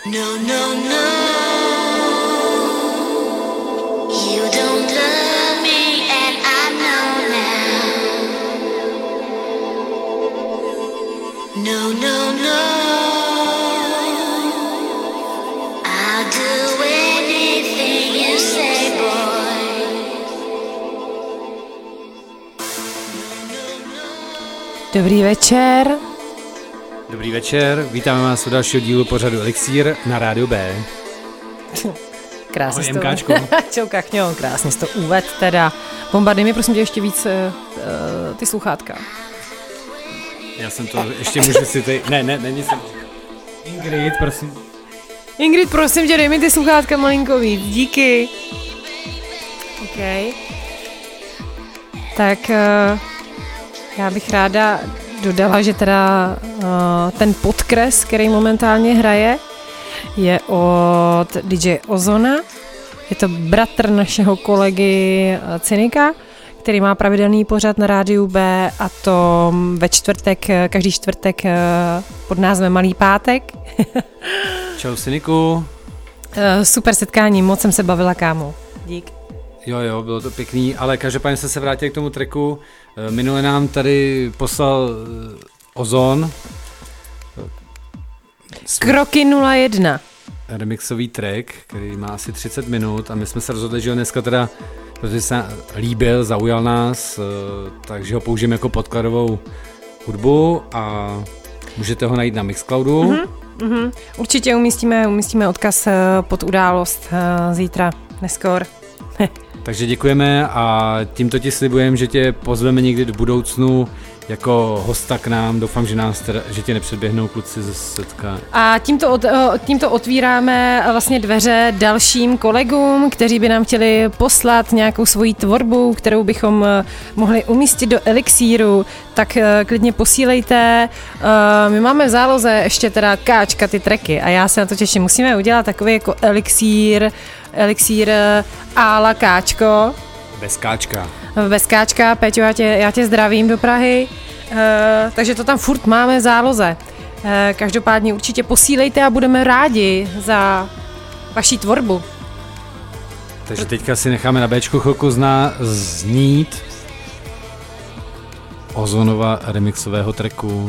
No, no, no. You don't love me and I know now. No, no, no. I'll do anything you say, boy. Dobrý večer. Dobrý večer, vítáme vás u dalšího dílu pořadu Elixír na Rádiu B. Krásně Ahoj, MKčko. Čau, Kachňo, krásně jsi to uved teda. Bombardy mi prosím tě ještě víc ty sluchátka. Já jsem to, ještě můžu si tady, ne, nic. Ingrid, prosím tě, dej mi ty sluchátka malinko víc, díky. OK. Tak já bych ráda dodala, že teda ten podkres, který momentálně hraje, je od DJ Ozona. Je to bratr našeho kolegy Cynika, který má pravidelný pořad na Rádiu B, a to ve čtvrtek, každý čtvrtek pod názvem Malý pátek. Čau Cyniku. Super setkání, moc jsem se bavila, kámo. Dík. Jo, bylo to pěkný, ale každopádně se vrátil k tomu tracku. Minule nám tady poslal Ozon. Kroky 01. Remixový track, který má asi 30 minut a my jsme se rozhodli, že ho dneska teda, protože se líbil, zaujal nás, takže ho použijeme jako podkladovou hudbu a můžete ho najít na Mixcloudu. Určitě umístíme odkaz pod událost zítra, neskôr. Takže děkujeme a tímto ti slibujeme, že tě pozveme někdy do budoucnu jako hosta k nám. Doufám, že tě nepředběhnou kluci ze setka. A tímto otvíráme vlastně dveře dalším kolegům, kteří by nám chtěli poslat nějakou svoji tvorbu, kterou bychom mohli umístit do Elixíru, tak klidně posílejte. My máme v záloze ještě teda káčka ty tracky a já se na to těším. Musíme udělat takový jako Elixír a la káčko. Bez káčka, Péťo, já tě zdravím do Prahy. Takže to tam furt máme v záloze. Každopádně určitě posílejte a budeme rádi za vaši tvorbu. Takže teďka si necháme na Bčku chvilku znít Ozonova remixového tracku.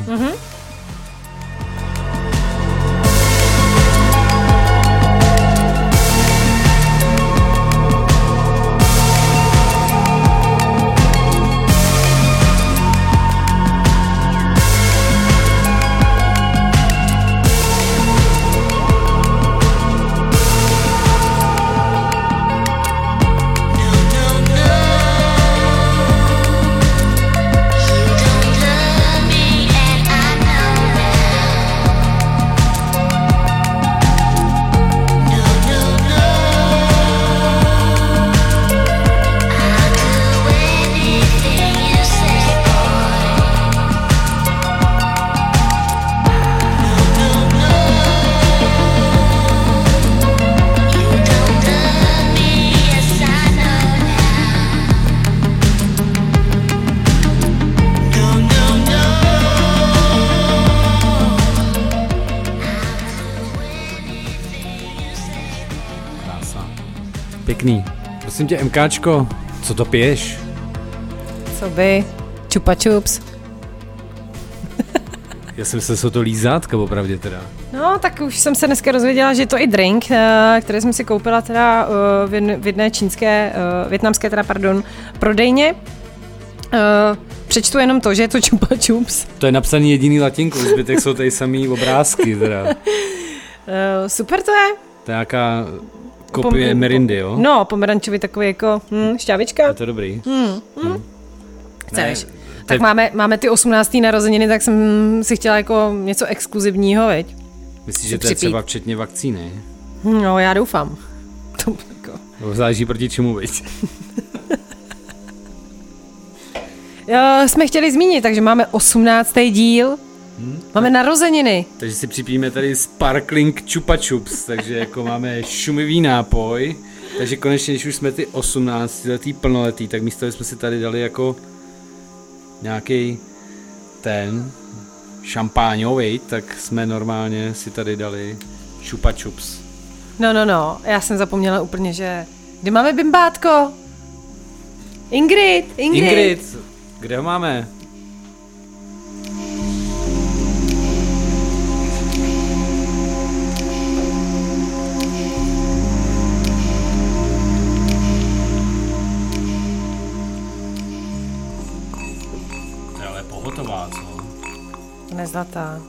Pěkný. Prosím tě, MKčko, co to piješ? Co by? Čupa čups. Já jsem se to lízátka, opravdě teda. No, tak už jsem se dneska dozvěděla, že je to i drink, který jsem si koupila teda v jedné vietnamské prodejně. Přečtu jenom to, že je to čupa čups. To je napsaný jediný latinkou, zbytek jsou tady samý obrázky teda. Super to je. To je nějaká kopie Mirindy, jo? No, pomerančový takový jako šťávička. Je to dobrý. Chceš? Ne, tak máme ty 18. narozeniny, tak jsem si chtěla jako něco exkluzivního, veď? Myslíš, že to je třeba včetně vakcíny? No, já doufám. To jako... Záleží proti čemu, veď? Jsme chtěli zmínit, takže máme 18. díl. Máme narozeniny. Takže si připijeme tady Sparkling Chupa Chups, takže jako máme šumivý nápoj. Takže konečně, když už jsme ty 18letý plnoletý, tak místo, že jsme si tady dali jako nějaký ten šampáňový, tak jsme normálně si tady dali Chupa Chups. No, já jsem zapomněla úplně, že... Kde máme bimbátko? Ingrid, kde ho máme? Ale pohotová, co? Nezlatá.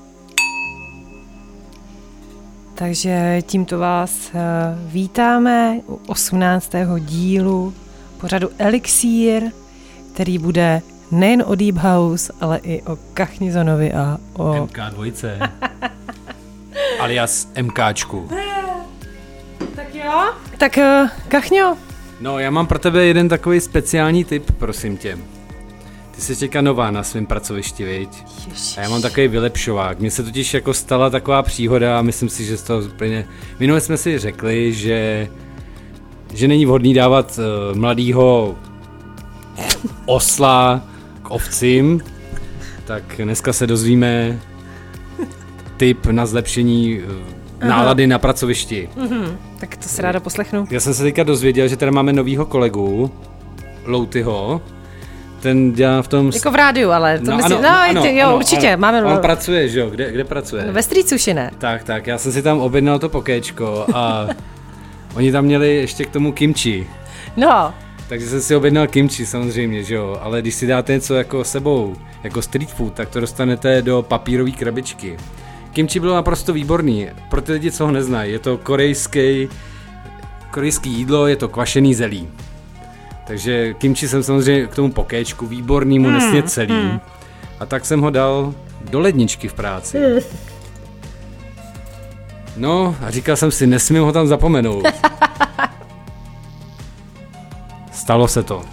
Takže tímto vás vítáme u 18. dílu pořadu Elixír, který bude nejen o Deep House, ale i o Kachnizonovi a o... MK2. Alias MKčku. Tak jo? Tak Kachňo. No, já mám pro tebe jeden takový speciální tip, prosím tě. Ty jsi teďka nová na svém pracovišti, viď? A já mám takový vylepšovák. Mně se totiž jako stala taková příhoda a myslím si, že z toho úplně... Minule jsme si řekli, že není vhodný dávat mladýho osla k ovcím, tak dneska se dozvíme tip na zlepšení nálady na pracovišti. Tak to se ráda poslechnu. Já jsem se teďka dozvěděl, že tady máme novýho kolegu, Loutyho. Ten dělá v tom... Jako v rádiu, ale to myslím... Ano, určitě, máme... On pracuje, že jo? Kde pracuje? Ve Strýcuši, ne? Tak, já jsem si tam objednal to pokéčko a oni tam měli ještě k tomu kimchi. No. Takže jsem si objednal kimchi samozřejmě, že jo? Ale když si dáte něco jako sebou, jako street food, tak to dostanete do papírové krabičky. Kimchi bylo naprosto výborný, pro ty lidi, co ho neznají. Je to korejský jídlo, je to kvašený zelí. Takže kimchi jsem samozřejmě k tomu pokéčku výbornýmu nesně celý. A tak jsem ho dal do ledničky v práci. No a říkal jsem si, nesmím ho tam zapomenout. Stalo se to.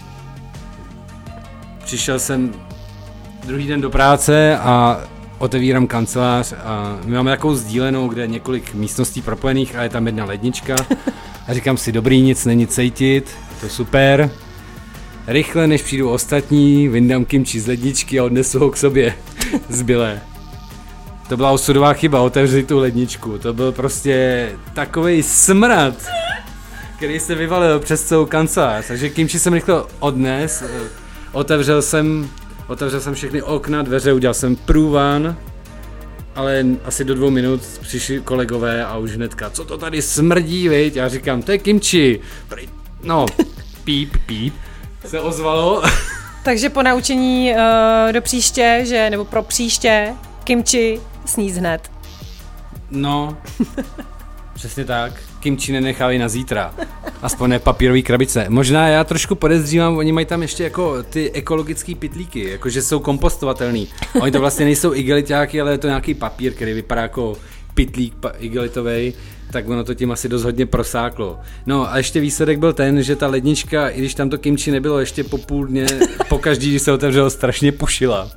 Přišel jsem druhý den do práce a otevírám kancelář a my máme takovou sdílenou, kde je několik místností propojených a je tam jedna lednička. A říkám si, dobrý, nic není cejtit, to super. Rychle, než přijdu ostatní, vyndám kimchi z ledničky a odnesu ho k sobě zbylé. To byla osudová chyba, otevřít tu ledničku. To byl prostě takovej smrad, který se vyvalil přes celou kancelář. Takže kimchi jsem rychle odnes, otevřel jsem všechny okna, dveře, udělal jsem průvan, ale asi do 2 minut přišli kolegové a už hnedka, co to tady smrdí, viď? Já říkám, to je kimchi. No, píp, se ozvalo. Takže po naučení do příště, nebo pro příště, kimchi sníst hned. No, přesně tak. Kimchi nenechali na zítra. Aspoň ne papírový krabice. Možná já trošku podezřívám, oni mají tam ještě jako ty ekologický pytlíky, jakože jsou kompostovatelný. Oni to vlastně nejsou igeliťáky, ale je to nějaký papír, který vypadá jako pytlík igelitovej, tak ono to tím asi dost hodně prosáklo. No a ještě výsledek byl ten, že ta lednička, i když tam to kimchi nebylo, ještě po půl dně, pokaždý, když se otevřelo, strašně pušila.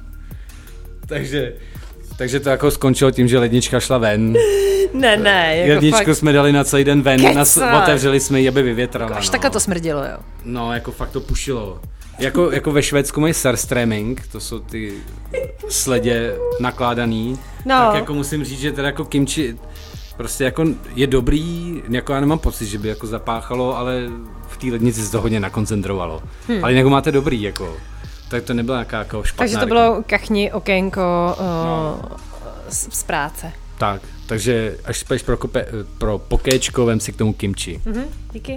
Takže to jako skončilo tím, že lednička šla ven. Ne, jako ledničku fakt... jsme dali na celý den ven, otevřeli jsme ji, aby vyvětrala. Až takhle to smrdilo, jo. No, jako fakt to pušilo. Jako ve Švédsku mají surströmming, to jsou ty sledě nakládaný. No. Tak jako musím říct, že teda jako kimchi prostě jako je dobrý, jako já nemám pocit, že by jako zapáchalo, ale v té lednici se to hodně nakoncentrovalo. Ale jinak máte dobrý, jako. Tak to nebyla nějaká jako špatná. Takže to bylo Kachni okénko z práce. Tak, takže až spíš pro pokéčko, vem si k tomu kimchi. Díky.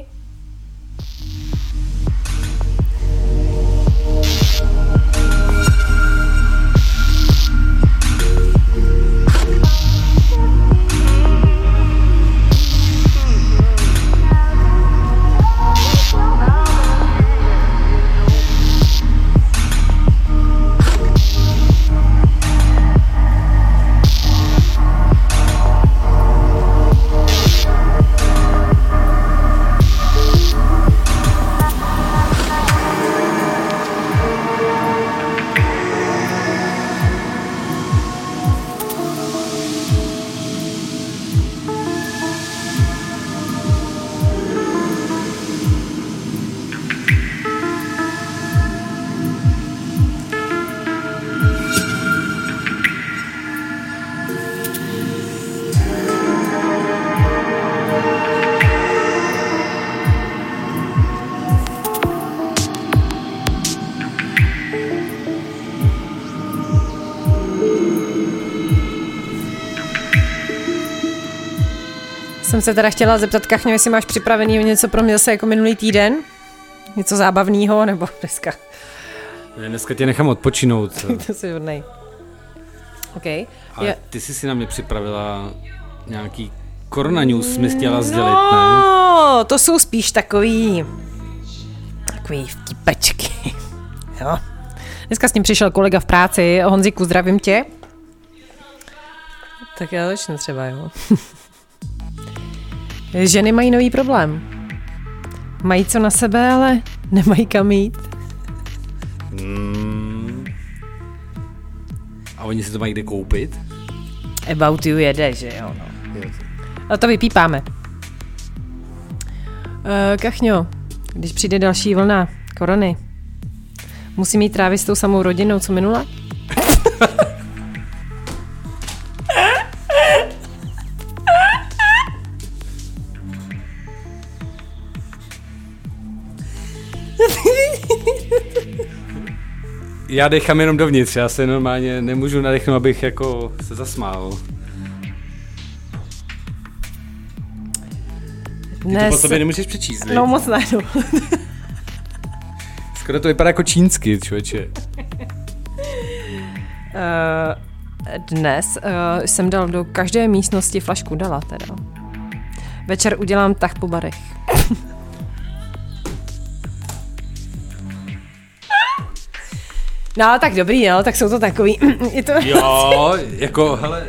jsem se teda chtěla zeptat, Kachňo, jestli máš připravený něco pro mě zase jako minulý týden? Něco zábavného, nebo dneska? Ne, dneska tě nechám odpočinout. To si hodnej. OK. Ale ty jsi si na mě připravila nějaký Corona News, mi chtěla sdělit, ne? No, to jsou spíš takový vtipečky. Jo. Dneska s ním přišel kolega v práci, Honziku, zdravím tě. Tak já začnu třeba, jo. Ženy mají nový problém. Mají co na sebe, ale nemají kam jít. A oni si to mají kde koupit? About You jede, že jo, no. Ale to vypípáme. Kachňo, když přijde další vlna korony, musí mít trávit s tou samou rodinou, co minule? Já dechám jenom dovnitř, já se normálně nemůžu nadechnout, abych jako se zasmál. Ty to po tobě nemůžeš přečíst, viď? No moc najdu. Skoro to vypadá jako čínsky, člověče. Dnes jsem dal do každé místnosti flašku, dala teda. Večer udělám tah po barech. No, tak dobrý, no, tak jsou to takový. Je to... Jo, jako, hele,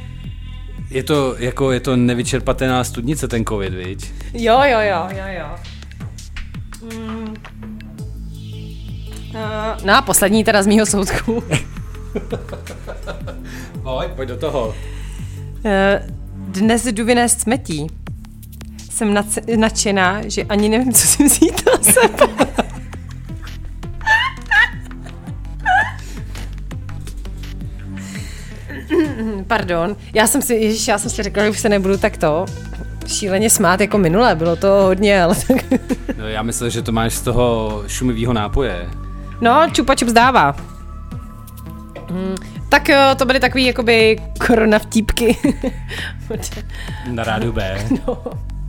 je to nevyčerpatelná studnice, ten covid, viď? Jo. No a poslední teda z mýho soudku. Pojď do toho. Dnes jdu vynést smetí. Jsem nadšená, že ani nevím, co si vzít na sebe. Pardon, já jsem si řekla, že už se nebudu takto šíleně smát jako minule, bylo to hodně, ale tak... No, já myslel, že to máš z toho šumivého nápoje. No, Čupa Čups dává. Tak to byly takový jakoby korona vtípky. Na rádu B. No.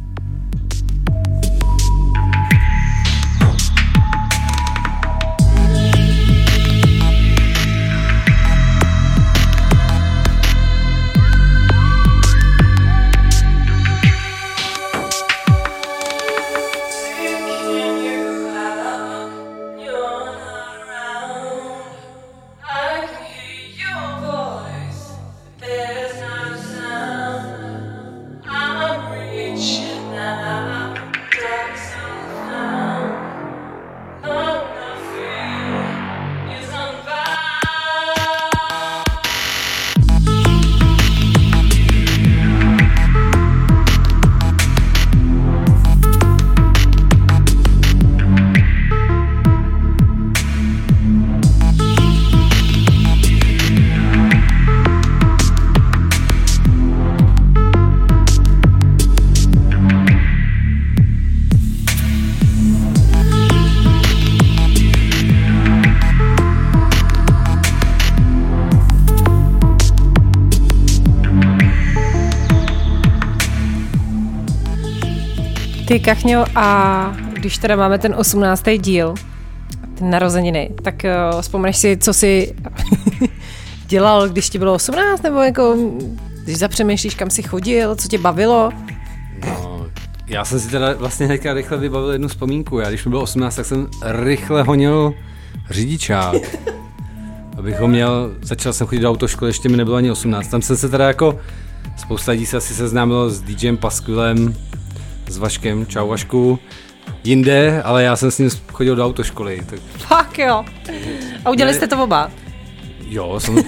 Ty, Kachňo, a když teda máme ten 18. díl, ten narozeniny, tak vzpomeneš si, co jsi dělal, když ti bylo 18, nebo jako, když zapřemýšlíš, kam jsi chodil, co tě bavilo? No, já jsem si teda vlastně hnedka rychle vybavil jednu vzpomínku. Já když mi bylo 18, tak jsem rychle honil řidičák. Abych ho měl, začal jsem chodit do autoškoly, ještě mi nebylo ani 18. Tam jsem se teda jako, spousta lidí se asi seznámilo s DJem Paskvilem, s Vaškem, čau Vašku, jinde, ale já jsem s ním chodil do autoškoly. Tak... Fakt jo. A udělali jste to oba? Jo, jsem...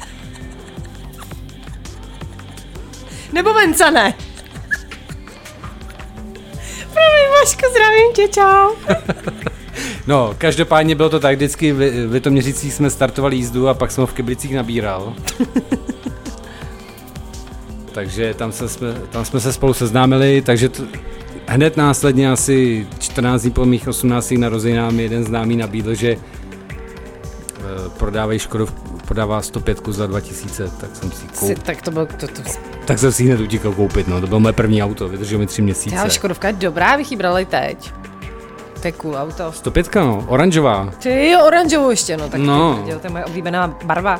Nebo Venca ne? Promiň, Vašku, zdravím tě, čau. No, každopádně bylo to tak, vždycky v Litoměřicích jsme startovali jízdu a pak jsem ho v Keblicích nabíral. Takže tam jsme se spolu seznámili, takže hned následně asi 14 dní po mých 18. narozeninách mi jeden známý nabídl, že prodává 105 za 2000, tak jsem si koupil. Tak to bylo... Tak jsem si hned utíkal koupit, no. To bylo moje první auto, vydrželo mi 3 měsíce. Ale Škodovka je dobrá, bych ji brala teď. To je cool auto. 105, no, oranžová. Ty jo, oranžovou ještě, no. Tak no. To je moje oblíbená barva.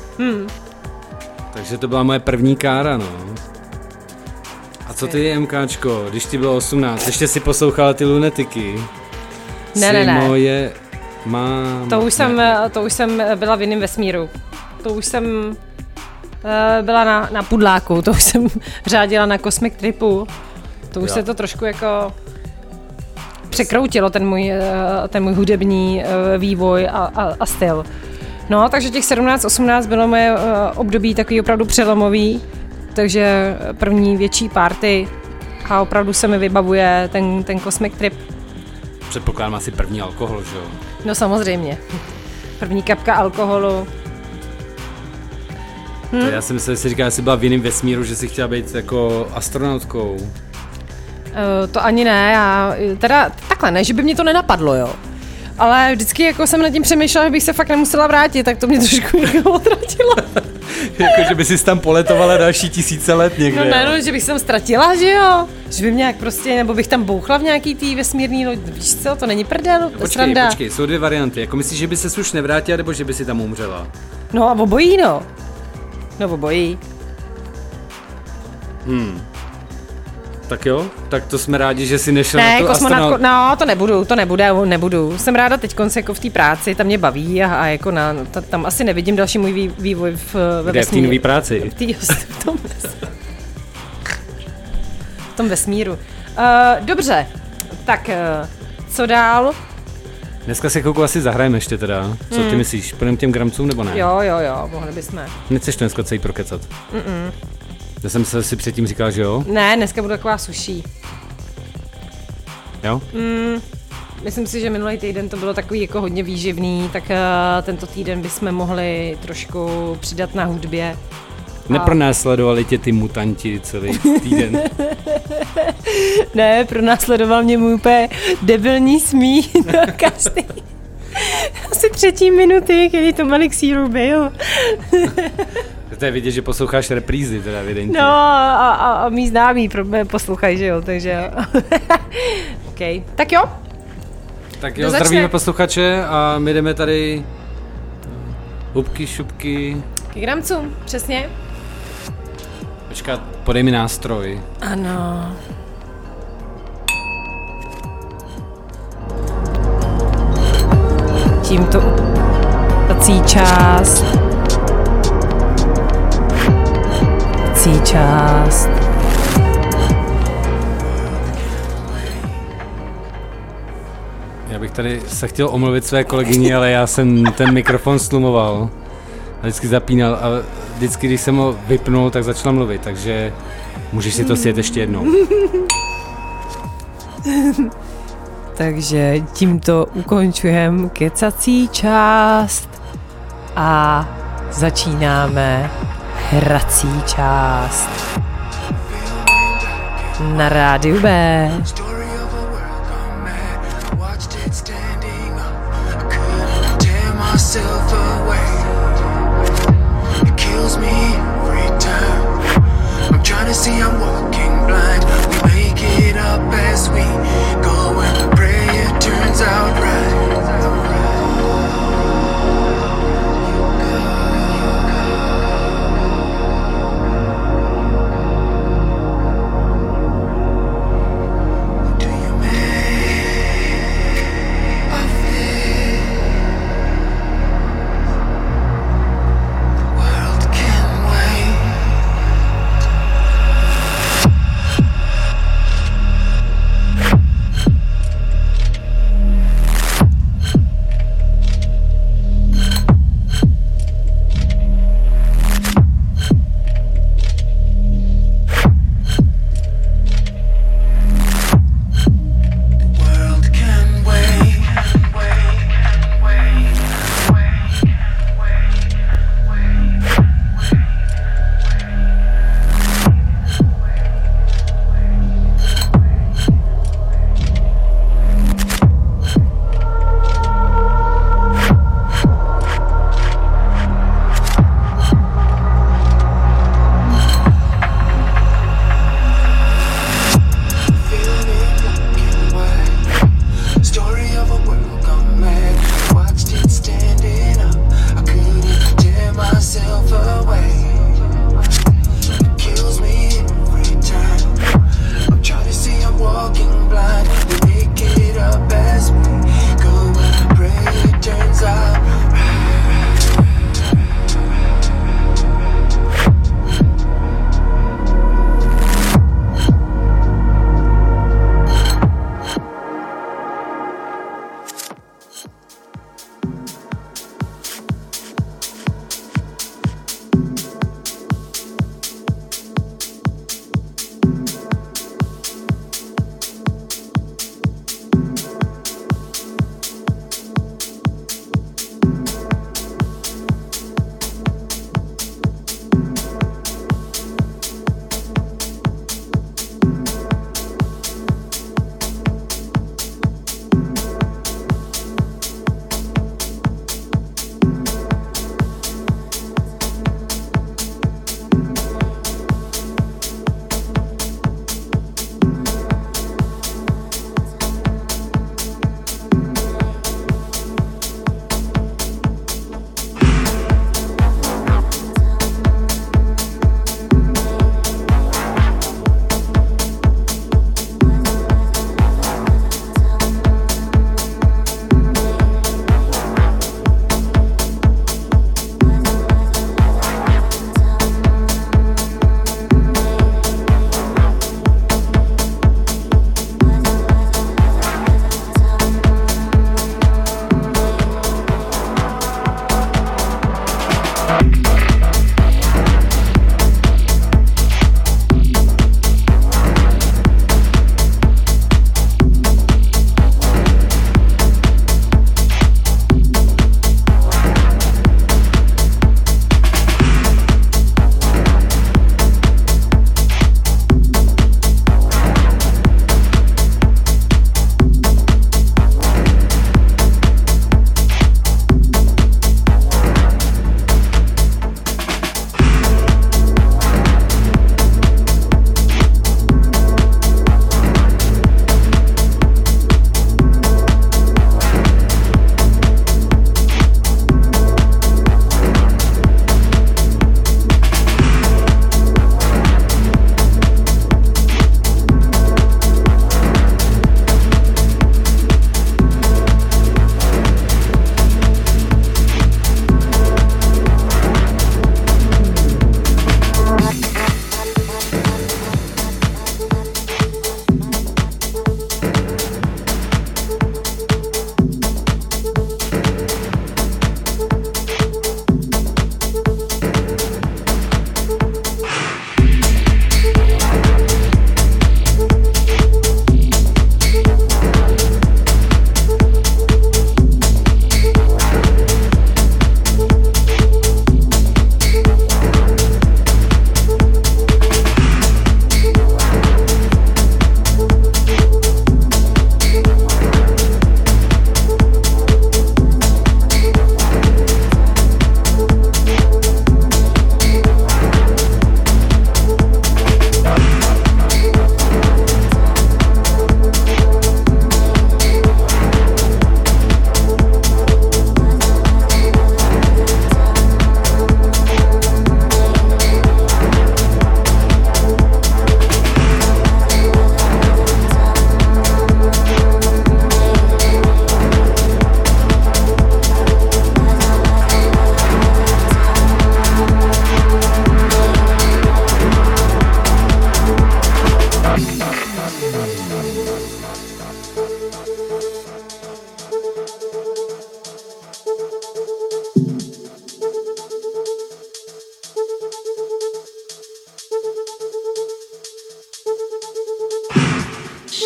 Takže to byla moje první kára, no. A co ty, MKčko, když ti bylo 18, ještě si poslouchala ty lunetiky? Ne. Moje máma. To už jsem byla v jiném vesmíru. To už jsem byla na pudláku, to už jsem řádila na Cosmic Tripu. To už se to trošku jako překroutilo, ten můj hudební vývoj a styl. No, takže těch 17-18 bylo moje období takový opravdu přelomový, takže první větší party a opravdu se mi vybavuje ten Cosmic Trip. Předpokládám asi první alkohol, že jo? No samozřejmě. První kapka alkoholu. Já jsem myslel, že si říkala, že jsi byla v jiném vesmíru, že jsi chtěla být jako astronautkou. To ani ne, já teda takhle ne, že by mě to nenapadlo, jo. Ale vždycky jako jsem nad tím přemýšlela, že bych se fakt nemusela vrátit, tak to mě trošku jako odradilo. Jako, že by si tam poletovala další 1000 let někde. No, že bych se tam ztratila, že jo? Že by mě nějak prostě, nebo bych tam bouchla v nějaký tý vesmírný loď, víš co, to není prdel, to sranda. Počkej, jsou 2 varianty, jako myslíš, že by se už nevrátila, nebo že by si tam umřela? No a obojí, no. No obojí. Tak jo, tak to jsme rádi, že si nešla ne, na to kosmonautko, no to nebudu. Jsem ráda teď jako v té práci, tam mě baví a jako tam asi nevidím další můj vývoj ve vesmíru. V té nový práci? V tom vesmíru. Dobře, tak co dál? Dneska se chvilku asi zahrajeme ještě teda. Co ty myslíš, půjdeme těm gramcům nebo ne? Jo, mohli bychom. Nechceš to dneska celý prokecat? Já jsem se si předtím říkal, že jo? Ne, dneska budu taková suší. Jo? Myslím si, že minulý týden to bylo takový jako hodně výživný, tak tento týden bychom mohli trošku přidat na hudbě. Nepronásledovali tě ty mutanti celý týden? Ne, pronásledoval mě můj úplně debilní smích každý. Asi 3. minuty, který to Elixíru byl. To je vidět, že posloucháš reprízy, teda evidentně. No a mý známí poslouchají, že jo, takže OK. Tak jo, zdravíme posluchače a my jdeme tady hubky, šupky. K gramcům, přesně. Počkat, podej mi nástroj. Ano. Tímto tací část. Já bych tady se chtěl omluvit své kolegyni, ale já jsem ten mikrofon stlumoval a vždycky zapínal a vždycky, když jsem ho vypnul, tak začala mluvit, takže můžeš si to sjet ještě jednou. Takže tímto ukončujeme kecací část a začínáme hrací část na rádiu B.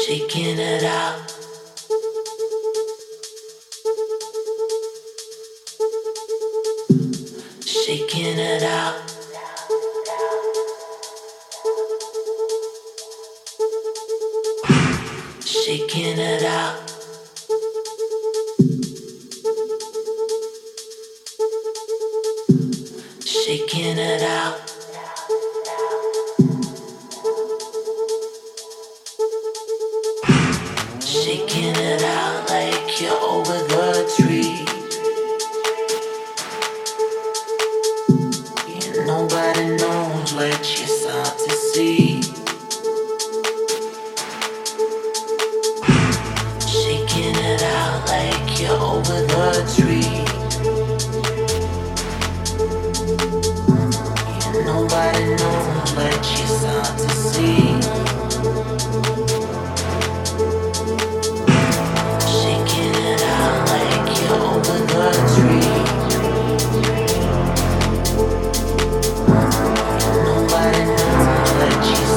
shaking it out. Shaking it out. Shaking it out. Shaking it out. Shaking it out like you're over the tree. And nobody knows what you start to see. Shaking it out like you're over the tree. And nobody knows what you start to see. Shaking it out like you're over the tree. Nobody knows what you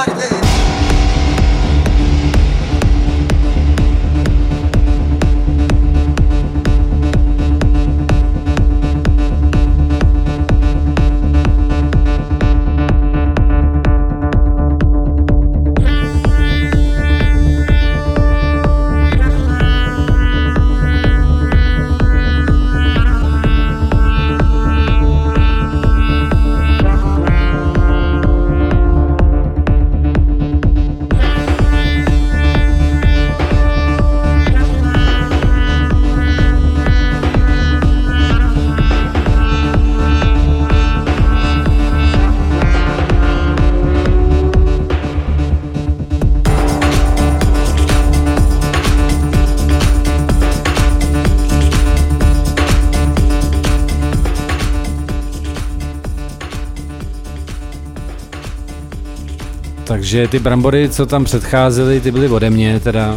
Takže ty brambory, co tam předcházely, ty byly ode mě teda.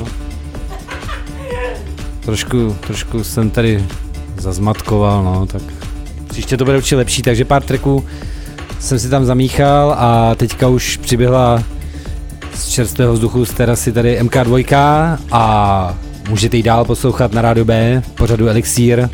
Trošku jsem tady zazmatkoval, no, tak příště to bude určitě lepší, takže pár tracků jsem si tam zamíchal a teďka už přiběhla z čerstvého vzduchu z terasy tady MK2 a můžete ji dál poslouchat na Rádiu B v pořadu Elixír.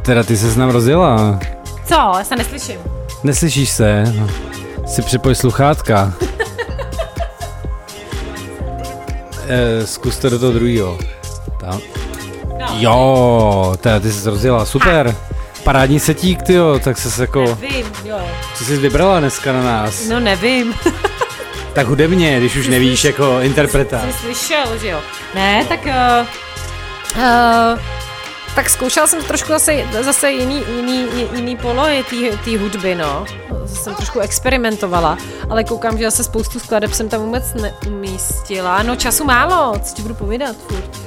teda ty se nám rozjela. Co? Já se neslyším. Neslyšíš se? No. Si připoj sluchátka. Zkus to do toho druhýho. Tam. No. Jo, teda ty jsi rozjela, super. Parádní setík, tyjo, tak se jako... Nevím, jo. Co jsi vybrala dneska na nás? No nevím. Tak hudebně, když už nevíš jako interpreta. Jsi slyšel, že jo? Ne, tak... tak zkoušela jsem trošku zase jiný polohy té hudby, no. Zase jsem trošku experimentovala, ale koukám, že zase spoustu skladeb jsem tam vůbec neumístila. No času málo, co ti budu povídat furt.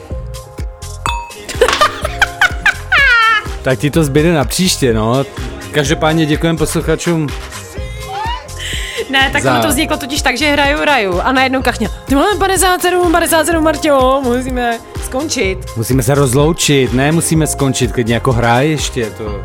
Tak ti to zbyde na příště, no. Každopádně děkujeme posluchačům. Ne, tak to vzniklo totiž tak, že hraju a najednou kachně. Ty máme 57, Marťo, musíme skončit. Musíme se rozloučit, ne, musíme skončit, klidně jako hraj ještě to.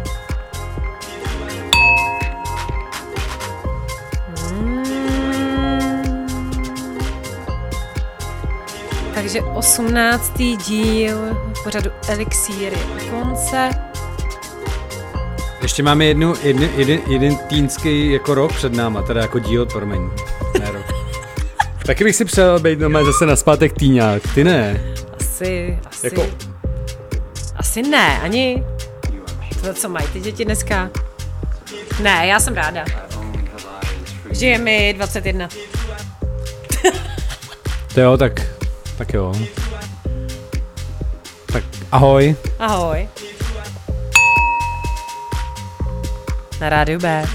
Takže 18. díl pořadu Elixíry u konce. Ještě máme jeden týnský jako rok před náma, teda jako díl, promiň, ne rok. Taky bych si přál být normálně zase naspátek týňák, ty ne? Asi. Jako... Asi ne, ani. To, co mají ty děti dneska? Ne, já jsem ráda. Žije mi 21. To jo, tak jo. Tak ahoj. Ahoj. Na rádiu B.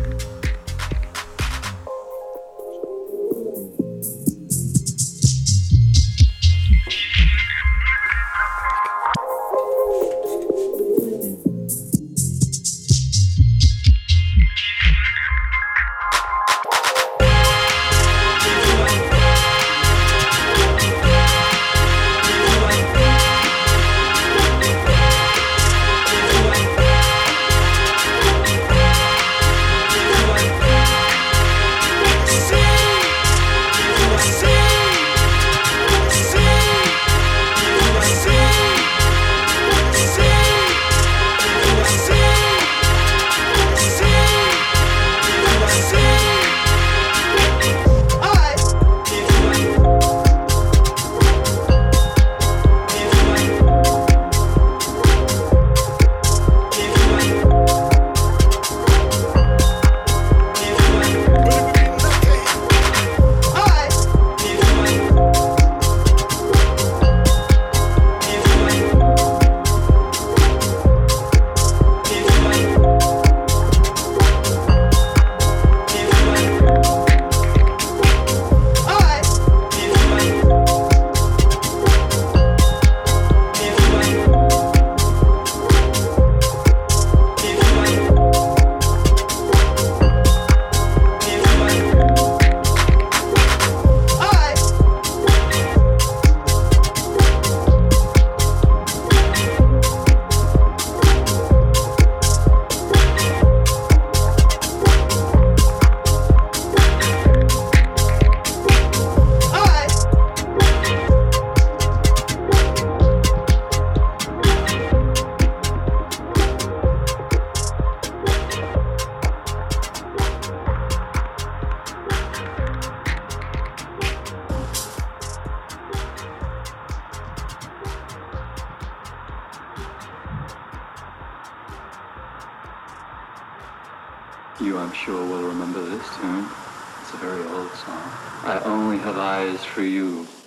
You, I'm sure, will remember this tune. It's a very old song. I only have eyes for you.